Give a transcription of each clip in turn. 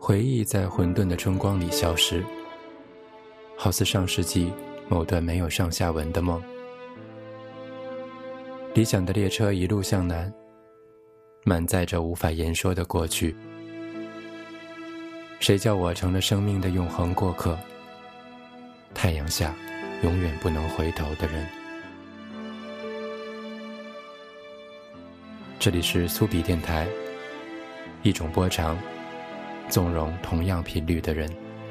回忆在混沌的春光里消失，好似上世纪某段没有上下文的梦。理想的列车一路向南，满载着无法言说的过去。谁叫我成了生命的永恒过客，太阳下永远不能回头的人。这里是苏比电台，一种波长，纵容同样频率的人。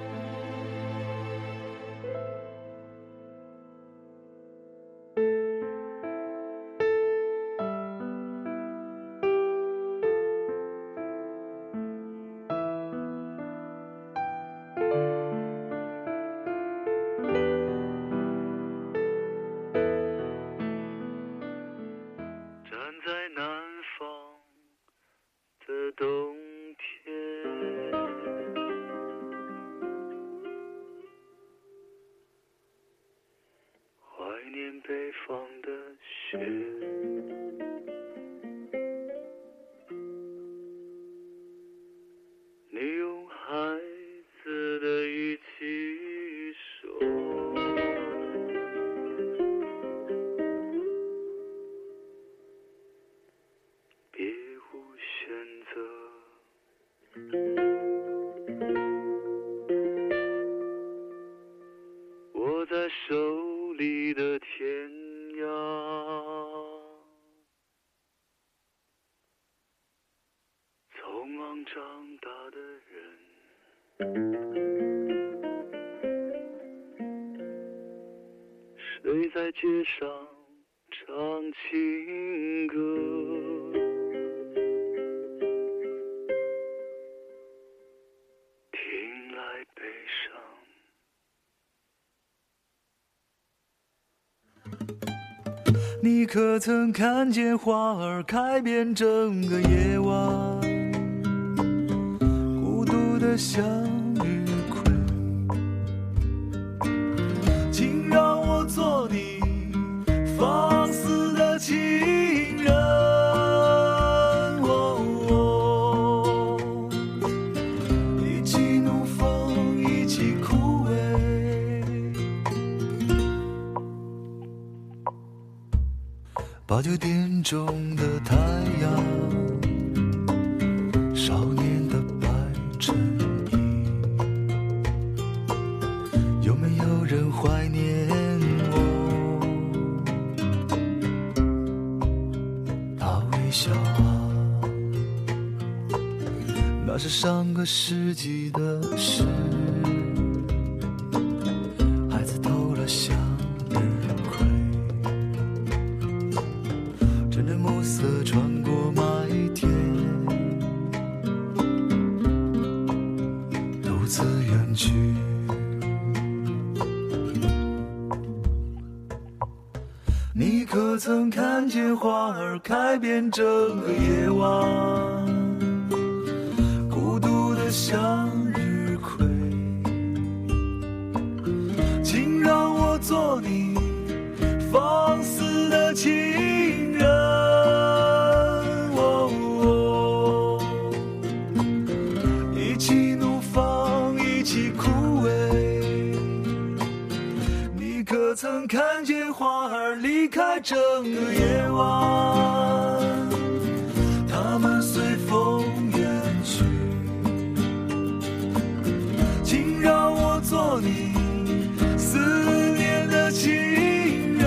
北方的雪，你用孩子的语气说，别无选择。握在手里的天涯，匆忙长大的人，谁在街上唱情歌？听来悲伤。你可曾看见花儿开遍整个夜晚，孤独的向日葵，请让我做你放肆的情人，一起怒风，一起枯萎，把9点钟的太阳，少年的白衬衣，有没有人怀念我？他微笑啊，那是上个世纪的事，孩子偷了向日葵，阵阵暮色穿过麦田，独自远去。你可曾看见花儿开遍整个夜晚，孤独的向日葵，请让我做你放肆的情人，一起怒放，一起枯萎。你可曾看见花儿离开整个夜晚，它们随风远去，请让我做你思念的情人，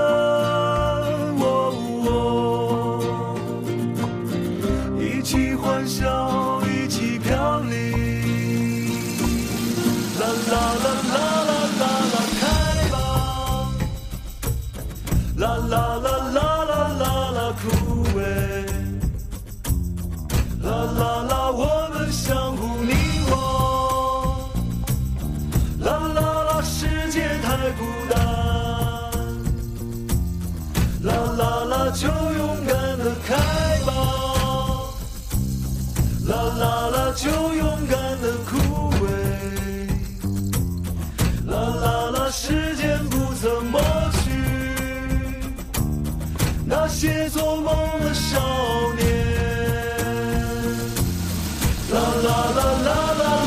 一起欢笑，一起飘零，啦啦啦啦啦啦啦，开吧，啦啦啦啦啦啦啦，枯萎，啦啦啦，我们相互凝望，啦啦啦，世界太孤单，啦啦啦，就勇敢地开吧，啦啦啦，就勇敢地枯萎，啦啦啦，时间不曾抹去那些做梦的少年，啦啦啦啦啦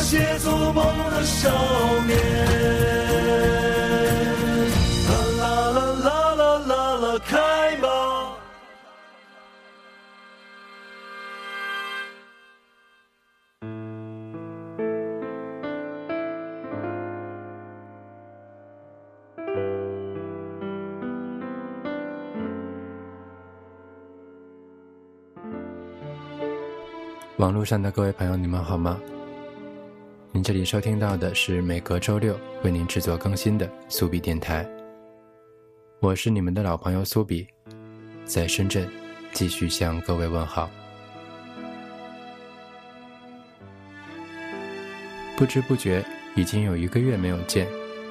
些做梦的少年。啦啦啦啦啦啦，开吧。 网络上的各位朋友，你们好吗？您这里收听到的是每隔周六为您制作更新的苏比电台，我是你们的老朋友苏比，在深圳继续向各位问好。不知不觉已经有1个月没有见，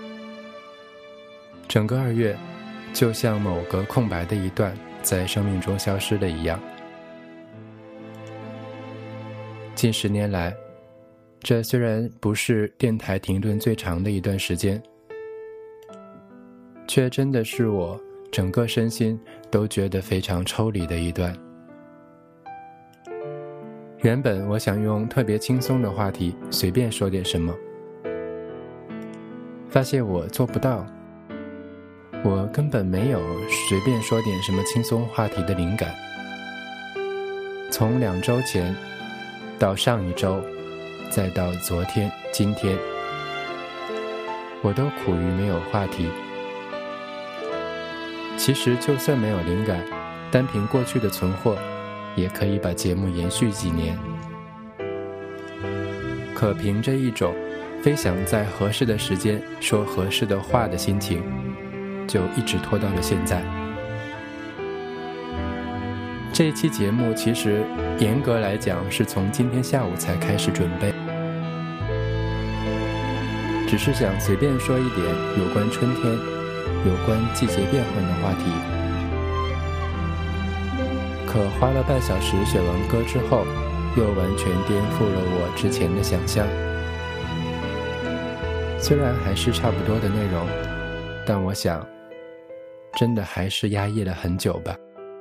整个2月就像某个空白的一段在生命中消失了一样。近10年来，这虽然不是电台停顿最长的一段时间，却真的是我整个身心都觉得非常抽离的一段。原本我想用特别轻松的话题随便说点什么，发现我做不到，我根本没有随便说点什么轻松话题的灵感。从2周前到上1周，再到昨天、今天，我都苦于没有话题。其实就算没有灵感，单凭过去的存货，也可以把节目延续几年。可凭着一种非想在合适的时间说合适的话的心情，就一直拖到了现在。这一期节目其实严格来讲是从今天下午才开始准备，只是想随便说一点有关春天、有关季节变换的话题。可花了半小时选完歌之后，又完全颠覆了我之前的想象。虽然还是差不多的内容，但我想真的还是压抑了很久吧。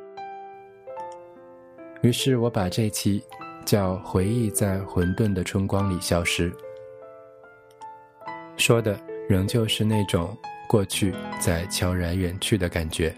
于是我把这期叫回忆在混沌的春光里消失，说的仍旧是那种过去在悄然远去的感觉。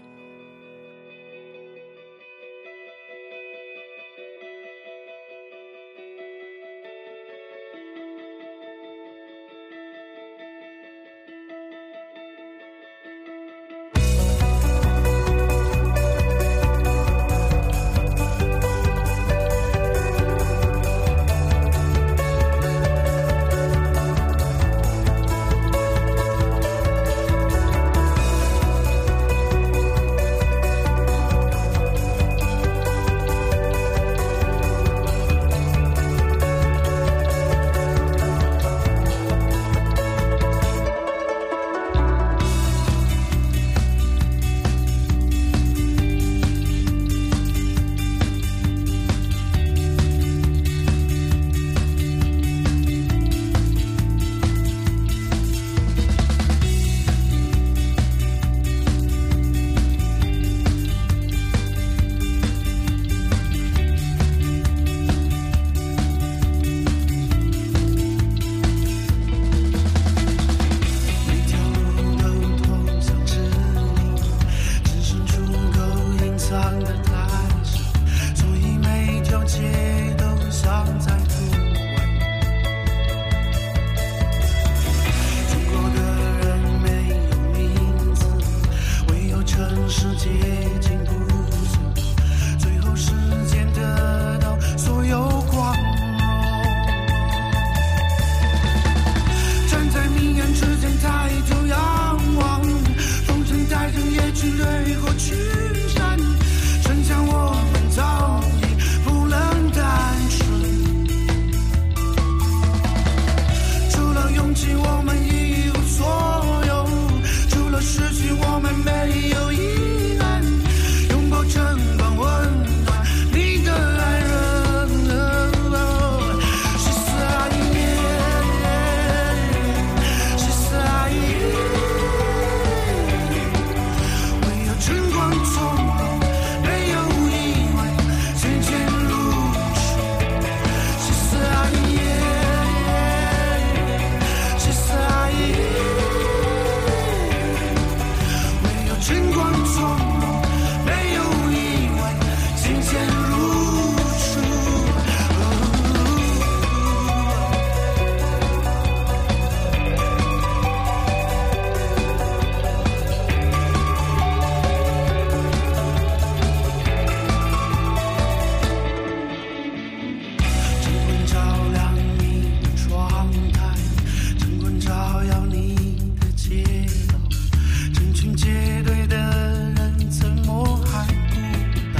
阳台，晨光照耀你的街道，成群结队的人怎么还孤单？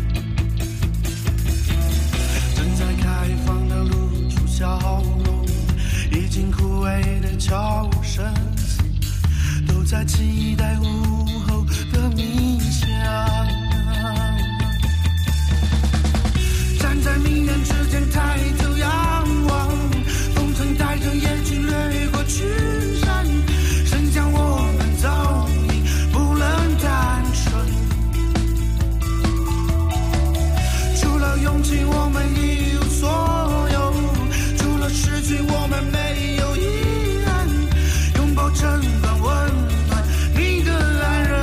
正在开放的露出笑容，已经枯萎的悄无声息，都在期待午后的冥想。站在明暗之间抬头仰望，风曾带着眼睛掠过群山，谁将我们走你不能单纯。除了勇气我们一无所有，除了失去我们没有遗憾，拥抱整个温暖你的爱人。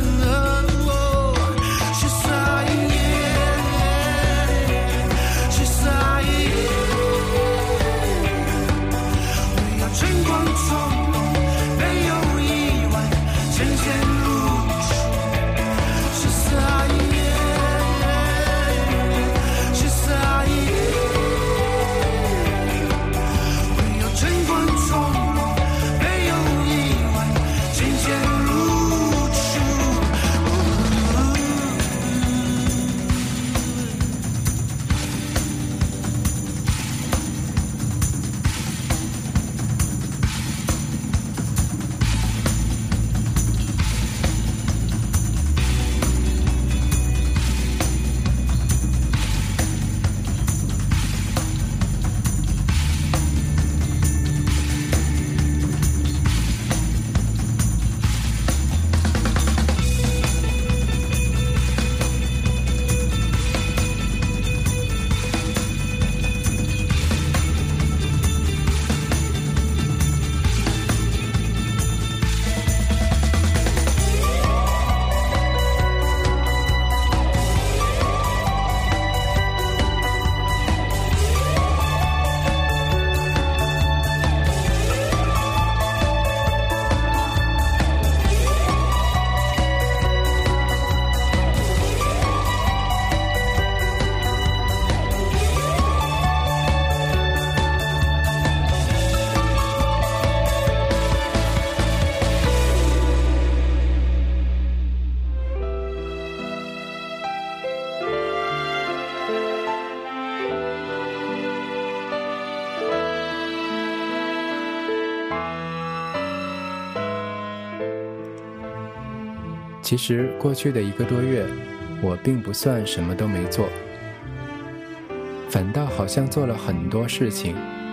其实过去的1个多月，我并不算什么都没做，反倒好像做了很多事情。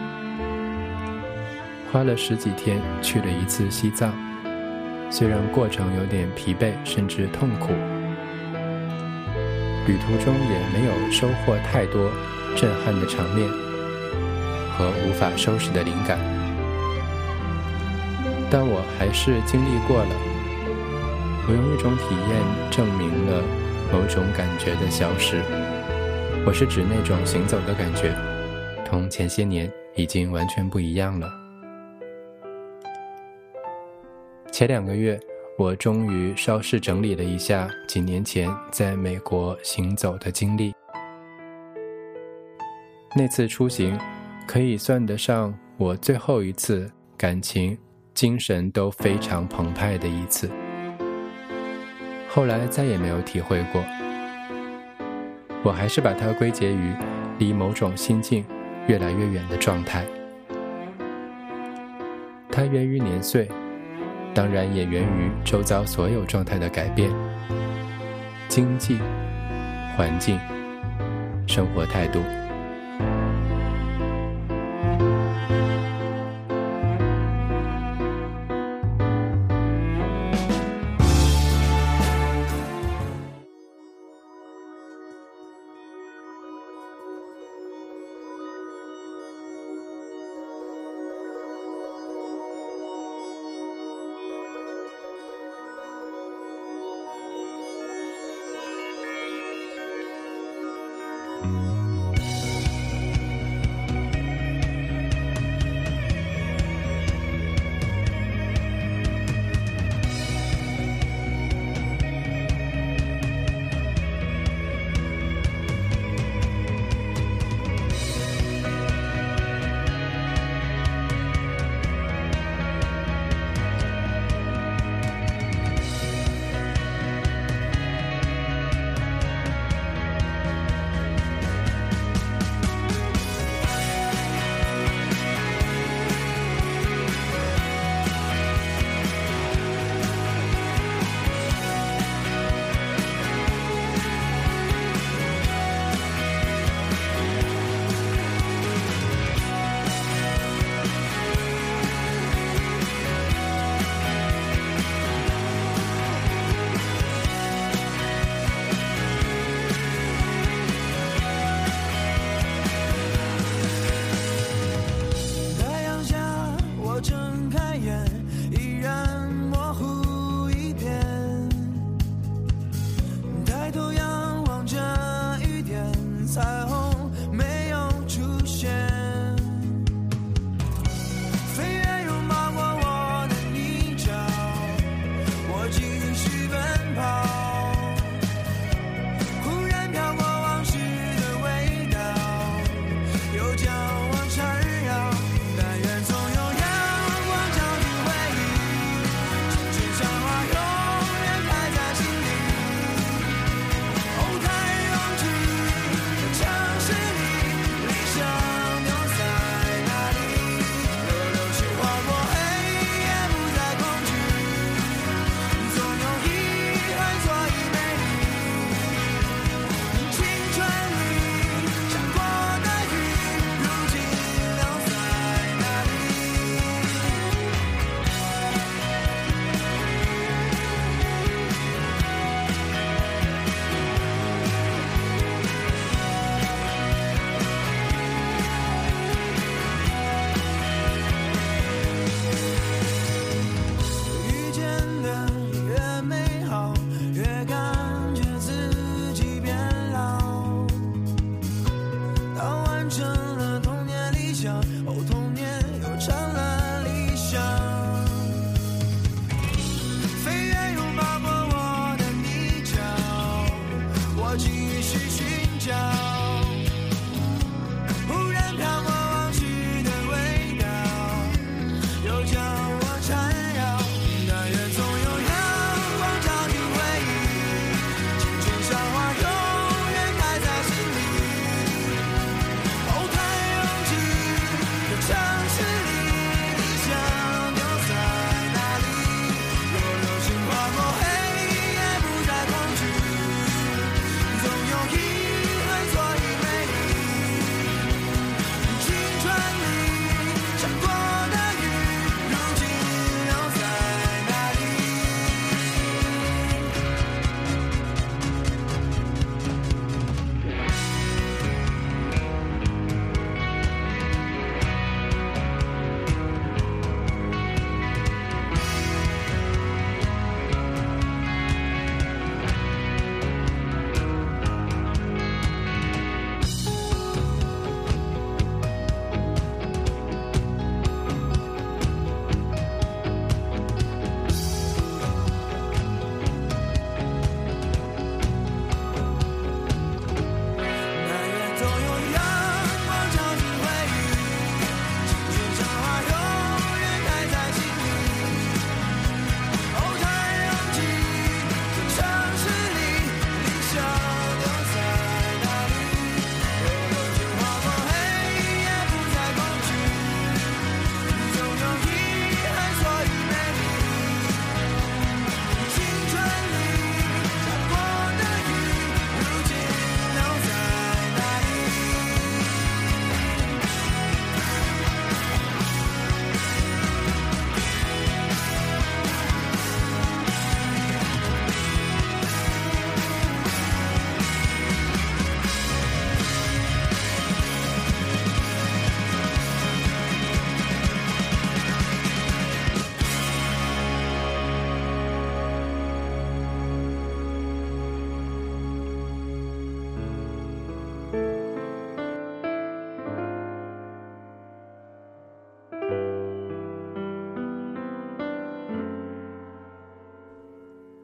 花了10几天去了1次西藏，虽然过程有点疲惫甚至痛苦，旅途中也没有收获太多震撼的场面和无法收拾的灵感，但我还是经历过了。我用一种体验证明了某种感觉的消失，我是指那种行走的感觉，同前些年已经完全不一样了。前2个月，我终于稍事整理了一下几年前在美国行走的经历。那次出行可以算得上我最后一次感情、精神都非常澎湃的一次。后来再也没有体会过，我还是把它归结于离某种心境越来越远的状态。它源于年岁，当然也源于周遭所有状态的改变，经济、环境、生活态度。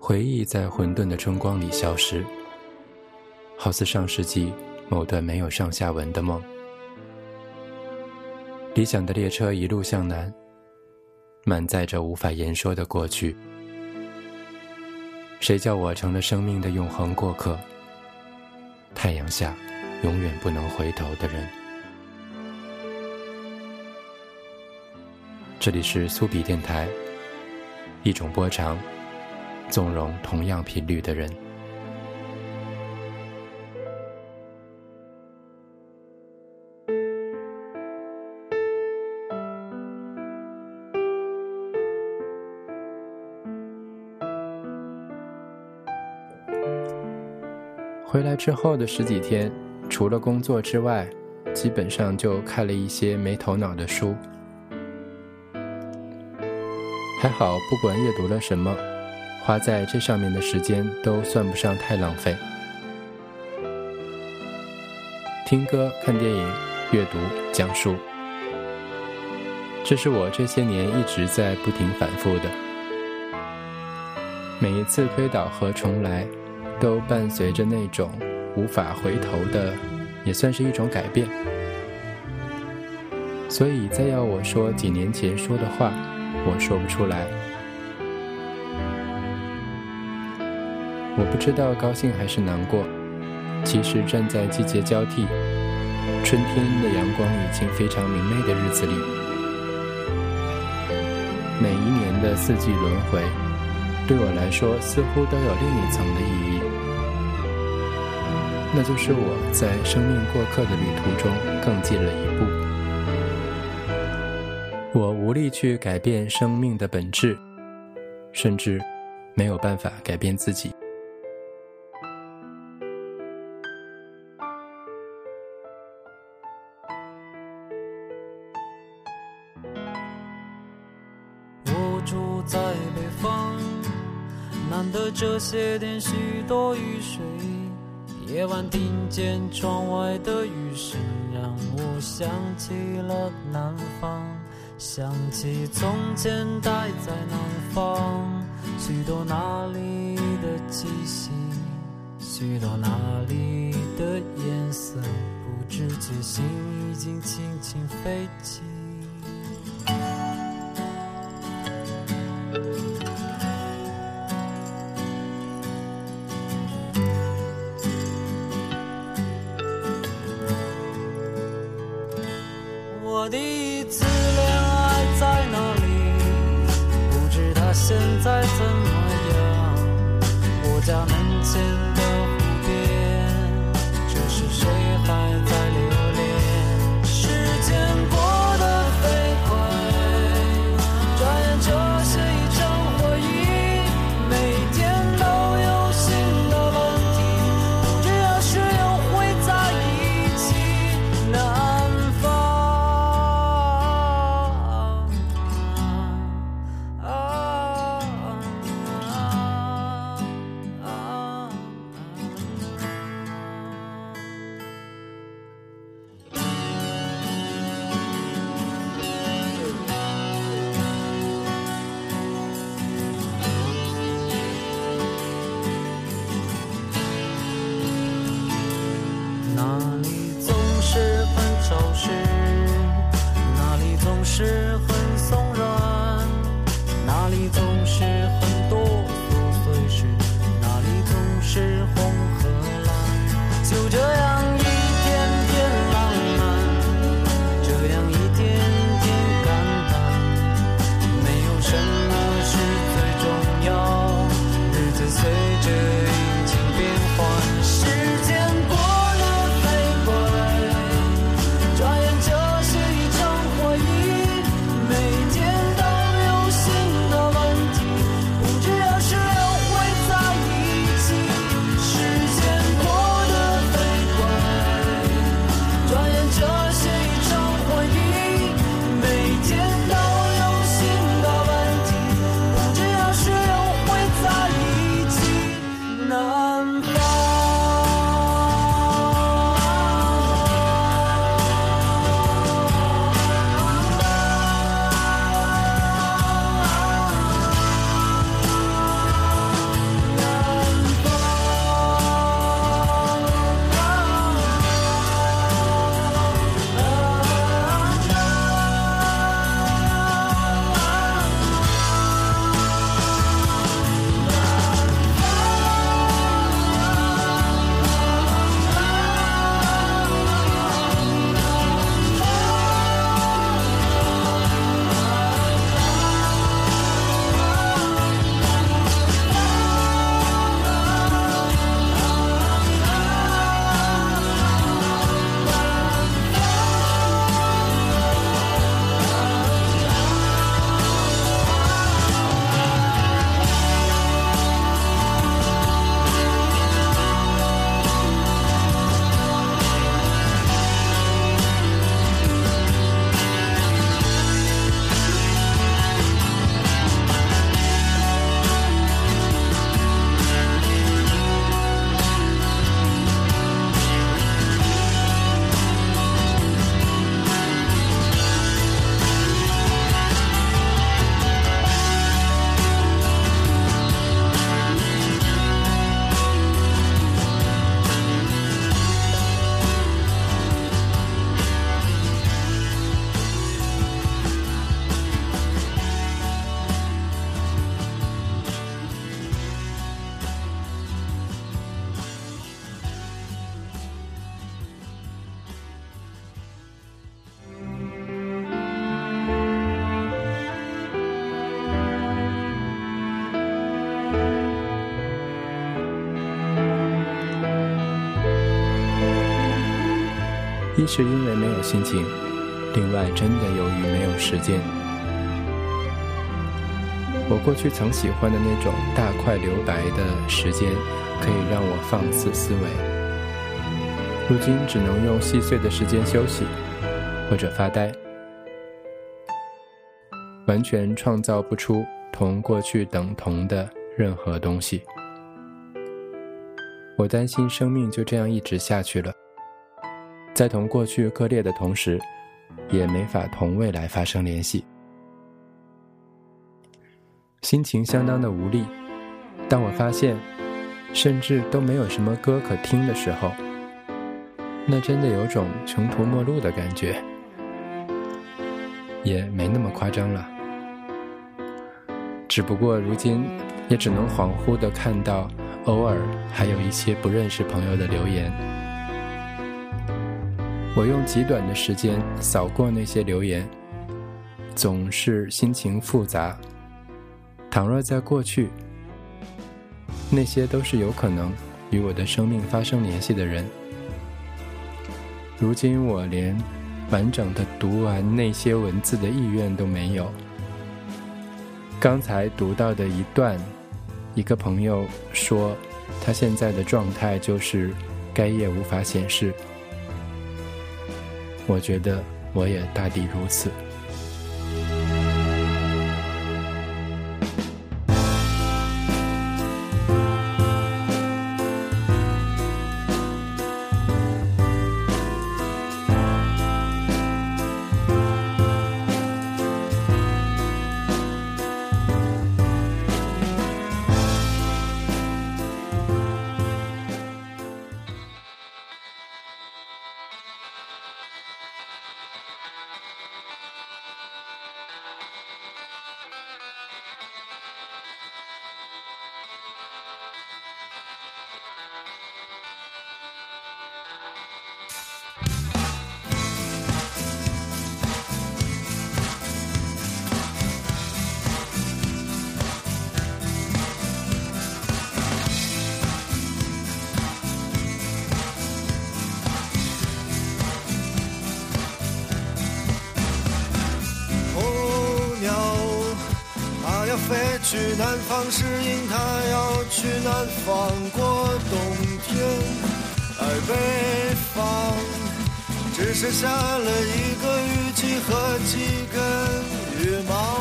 回忆在混沌的春光里消失，好似上世纪某段没有上下文的梦。理想的列车一路向南，满载着无法言说的过去。谁叫我成了生命的永恒过客，太阳下永远不能回头的人。这里是苏比电台，一种波长，纵容同样频率的人。回来之后的10几天，除了工作之外，基本上就看了一些没头脑的书。还好，不管阅读了什么，花在这上面的时间都算不上太浪费。听歌、看电影、阅读、讲述，这是我这些年一直在不停反复的。每一次推倒和重来，都伴随着那种无法回头的，也算是一种改变。所以再要我说几年前说的话，我说不出来。我不知道高兴还是难过。其实站在季节交替，春天的阳光已经非常明媚的日子里，每一年的4季轮回，对我来说似乎都有另一层的意义。那就是我在生命过客的旅途中更近了一步。我无力去改变生命的本质，甚至没有办法改变自己。 我住在北方，难得这些天许多雨水，夜晚听见窗外的雨声，让我想起了南方，想起从前待在南方，许多那里的气息，许多那里的颜色，不知觉心已经轻轻飞起。我第一次恋爱在哪里？不知他现在怎么样？我家门前的湖边，这时谁还在留恋？时间过得飞快，转眼就是一场回忆，每天都有新的问题，不知何时又会在一起。南方一是因为没有心情，另外真的由于没有时间。我过去曾喜欢的那种大块留白的时间，可以让我放肆思维，如今只能用细碎的时间休息或者发呆，完全创造不出同过去等同的任何东西。我担心生命就这样一直下去了，在同过去割裂的同时，也没法同未来发生联系。心情相当的无力，当我发现甚至都没有什么歌可听的时候，那真的有种穷途末路的感觉，也没那么夸张了。只不过如今也只能恍惚地看到偶尔还有一些不认识朋友的留言。我用极短的时间扫过那些留言，总是心情复杂。倘若在过去，那些都是有可能与我的生命发生联系的人，如今我连完整的读完那些文字的意愿都没有。刚才读到的一段，一个朋友说他现在的状态就是该页无法显示，我觉得我也大抵如此。 飞去南方适应它要去南方过冬天，而北方只剩下了一个雨季和几根羽毛。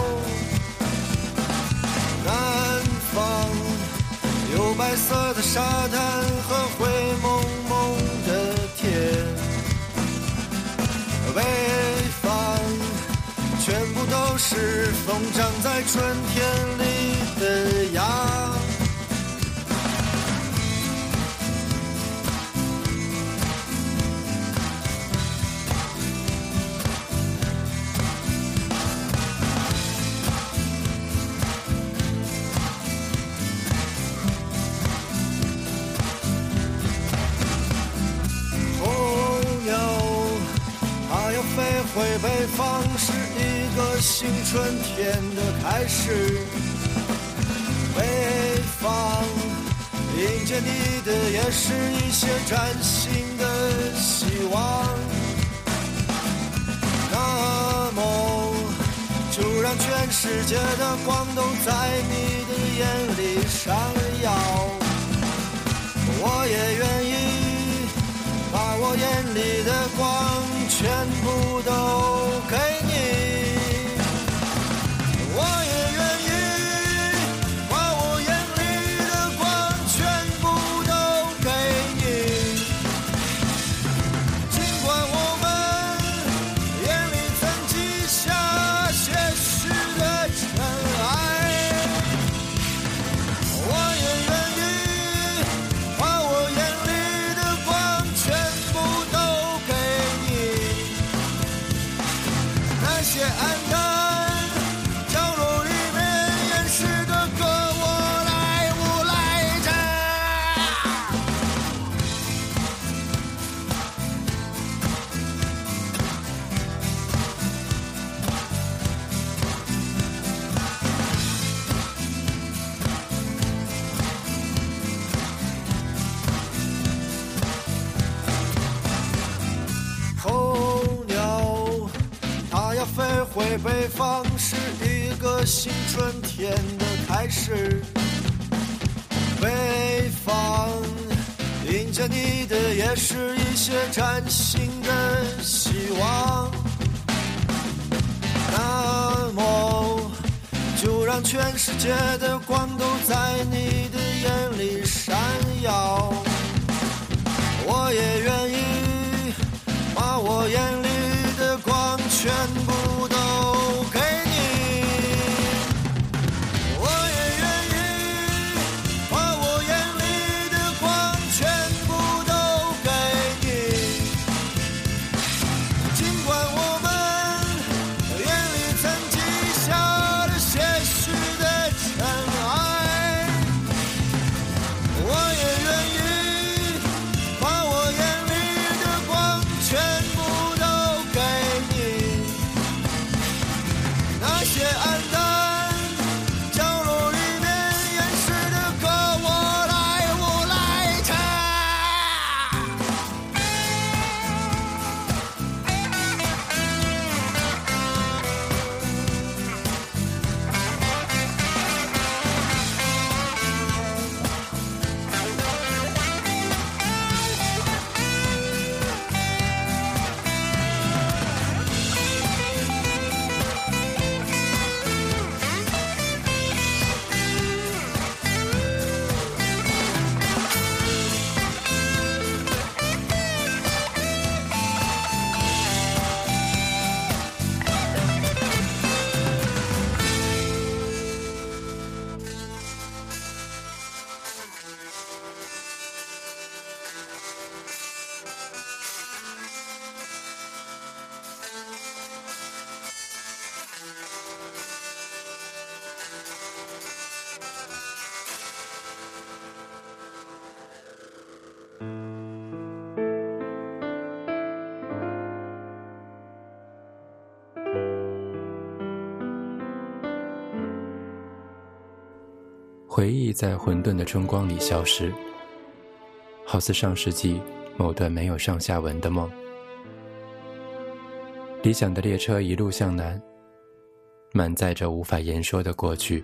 南方有白色的沙滩和灰蒙蒙的天，北方全部都是疯长在春天里的芽。候鸟它要飞回北方，是一个新春天的开始。北方迎接你的也是一些崭新的希望，那么就让全世界的光都在你的眼里闪耀。我也愿意把我眼里的光全部都给你，我也愿意把我眼里的光全部都给你。尽管我们眼里曾记下些许的尘埃，我也愿意把我眼里的光全部都给你。那些暗淡角落里面掩饰个个我来无来着。候飞回北方，是一个新春天的开始。北方迎接你的也是一些崭新的希望。那么就让全世界的光都在你的眼里闪耀。我也愿意把我眼里的光全部都给你，我也愿意把我眼里的光全部都给你。尽管我们眼里曾记下了些许的尘埃，我也愿意把我眼里的光全部都给你。那些暗淡角落里面掩饰的歌，我来唱。 回忆在混沌的春光里消失，好似上世纪某段没有上下文的梦。理想的列车一路向南，满载着无法言说的过去。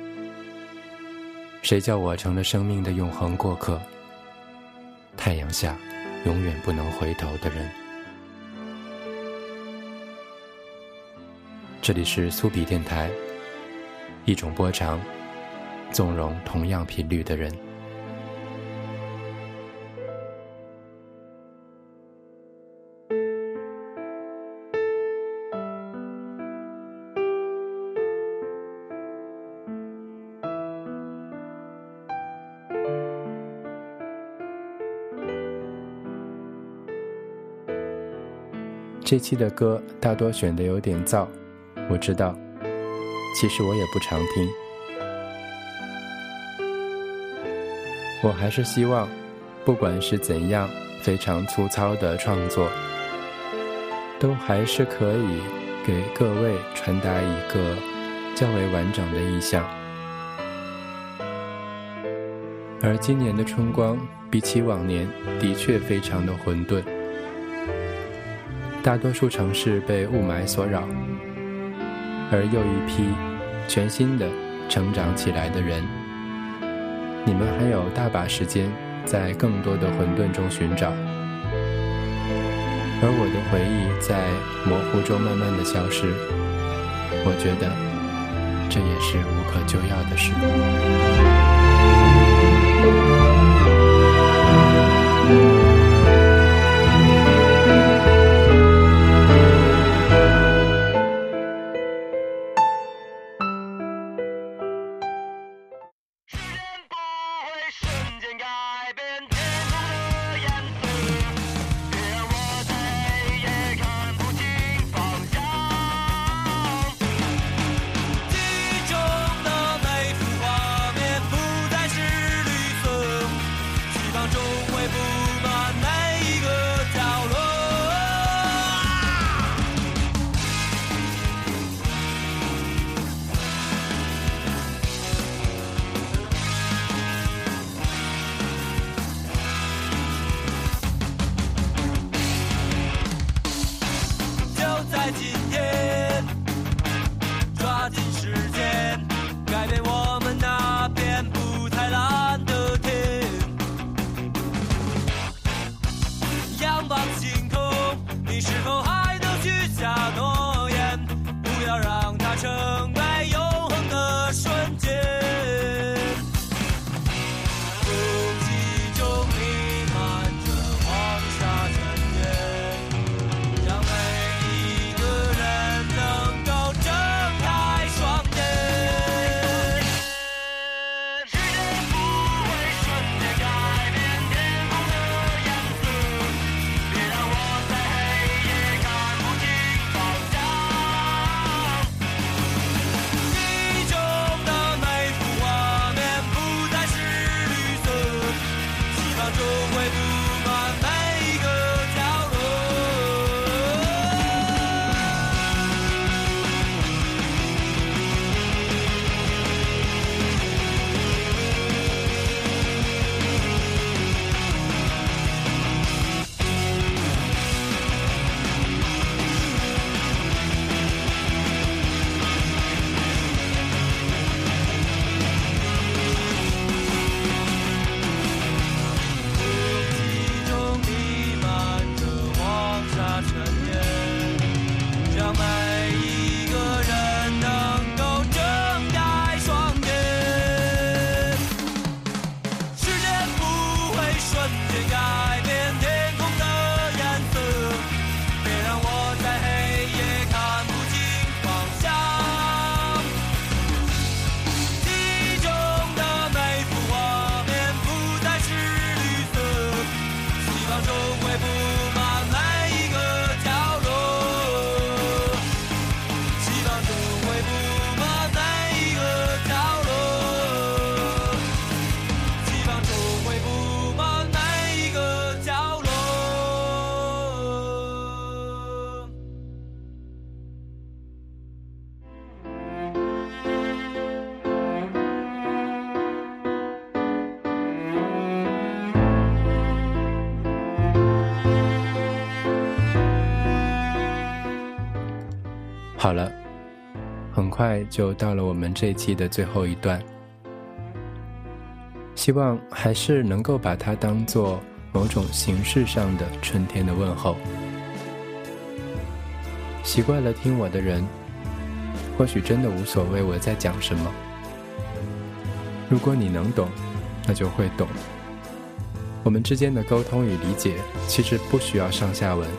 谁叫我成了生命的永恒过客，太阳下永远不能回头的人。这里是苏比电台，一种波长纵容同样频率的人。这期的歌大多选的有点燥，我知道，其实我也不常听。我还是希望，不管是怎样非常粗糙的创作，都还是可以给各位传达一个较为完整的意象。而今年的春光比起往年的确非常的混沌，大多数城市被雾霾所扰，而又一批全新的成长起来的人，你们还有大把时间在更多的混沌中寻找，而我的回忆在模糊中慢慢的消失，我觉得这也是无可救药的事。 记忆中的每幅画面不再是绿色好了，很快就到了我们这一期的最后一段，希望还是能够把它当作某种形式上的春天的问候。习惯了听我的人，或许真的无所谓我在讲什么。如果你能懂，那就会懂。我们之间的沟通与理解其实不需要上下文，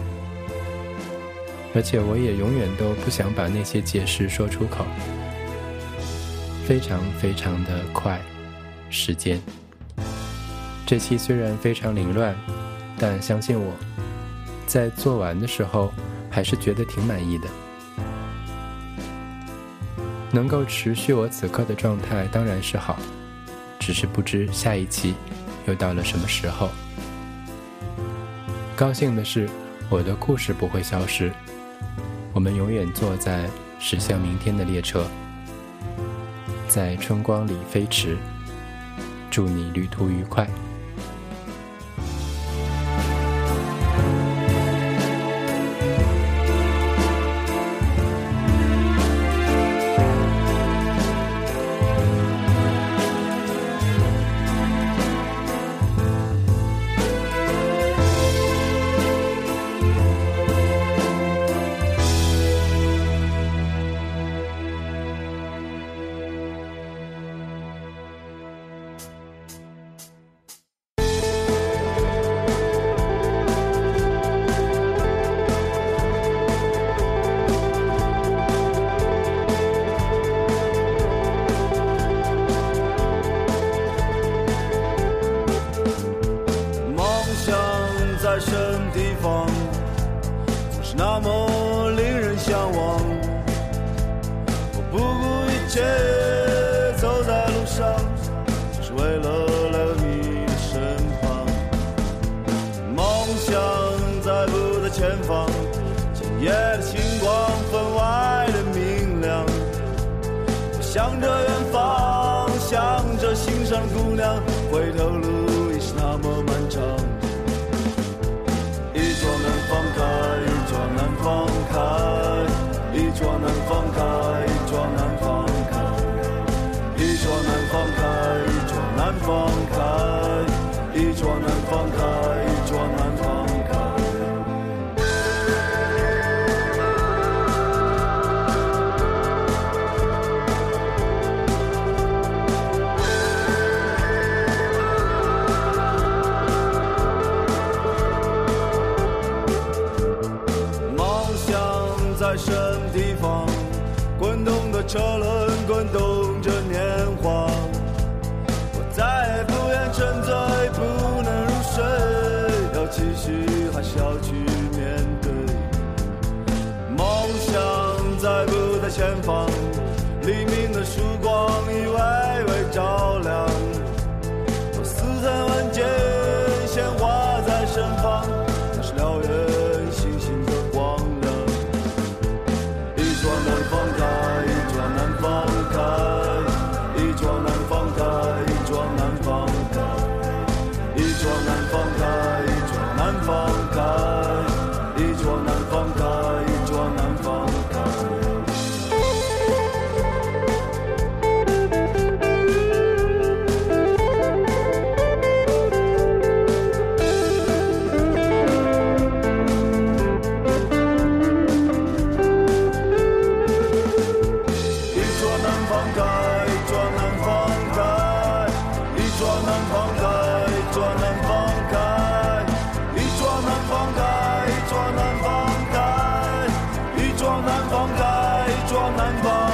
而且我也永远都不想把那些解释说出口。非常非常的快，时间。这期虽然非常凌乱，但相信我，在做完的时候还是觉得挺满意的。能够持续我此刻的状态当然是好，只是不知下一期又到了什么时候。高兴的是，我的故事不会消失，我们永远坐在驶向明天的列车，在春光里飞驰。祝你旅途愉快。 在什么地方，总是那么令人向往。我不顾一切走在路上，只为了来到你的身旁。梦想在不在前方，今夜的星光分外的明亮。我向着远方，向着心上的姑娘，回头路也是那么漫长。一桩难放开，一桩难放开，一桩难放开，一桩难放开，一桩难放开，一桩难放开，一桩难放开，一桩难放开。在什么地方，滚动的车轮滚动着年华。我再也不愿沉醉，不能入睡，要继续还是要去面对。梦想在不在前方，黎明的曙光已微微照亮。我似曾闻见鲜花在身旁，那是燎原星星的光亮。一桩难放开，一桩难放开，一桩难放开，一桩难放开，一桩难放开，一桩难放开，一桩难放开，一桩难放开。难放开，一桩难放开，一桩难放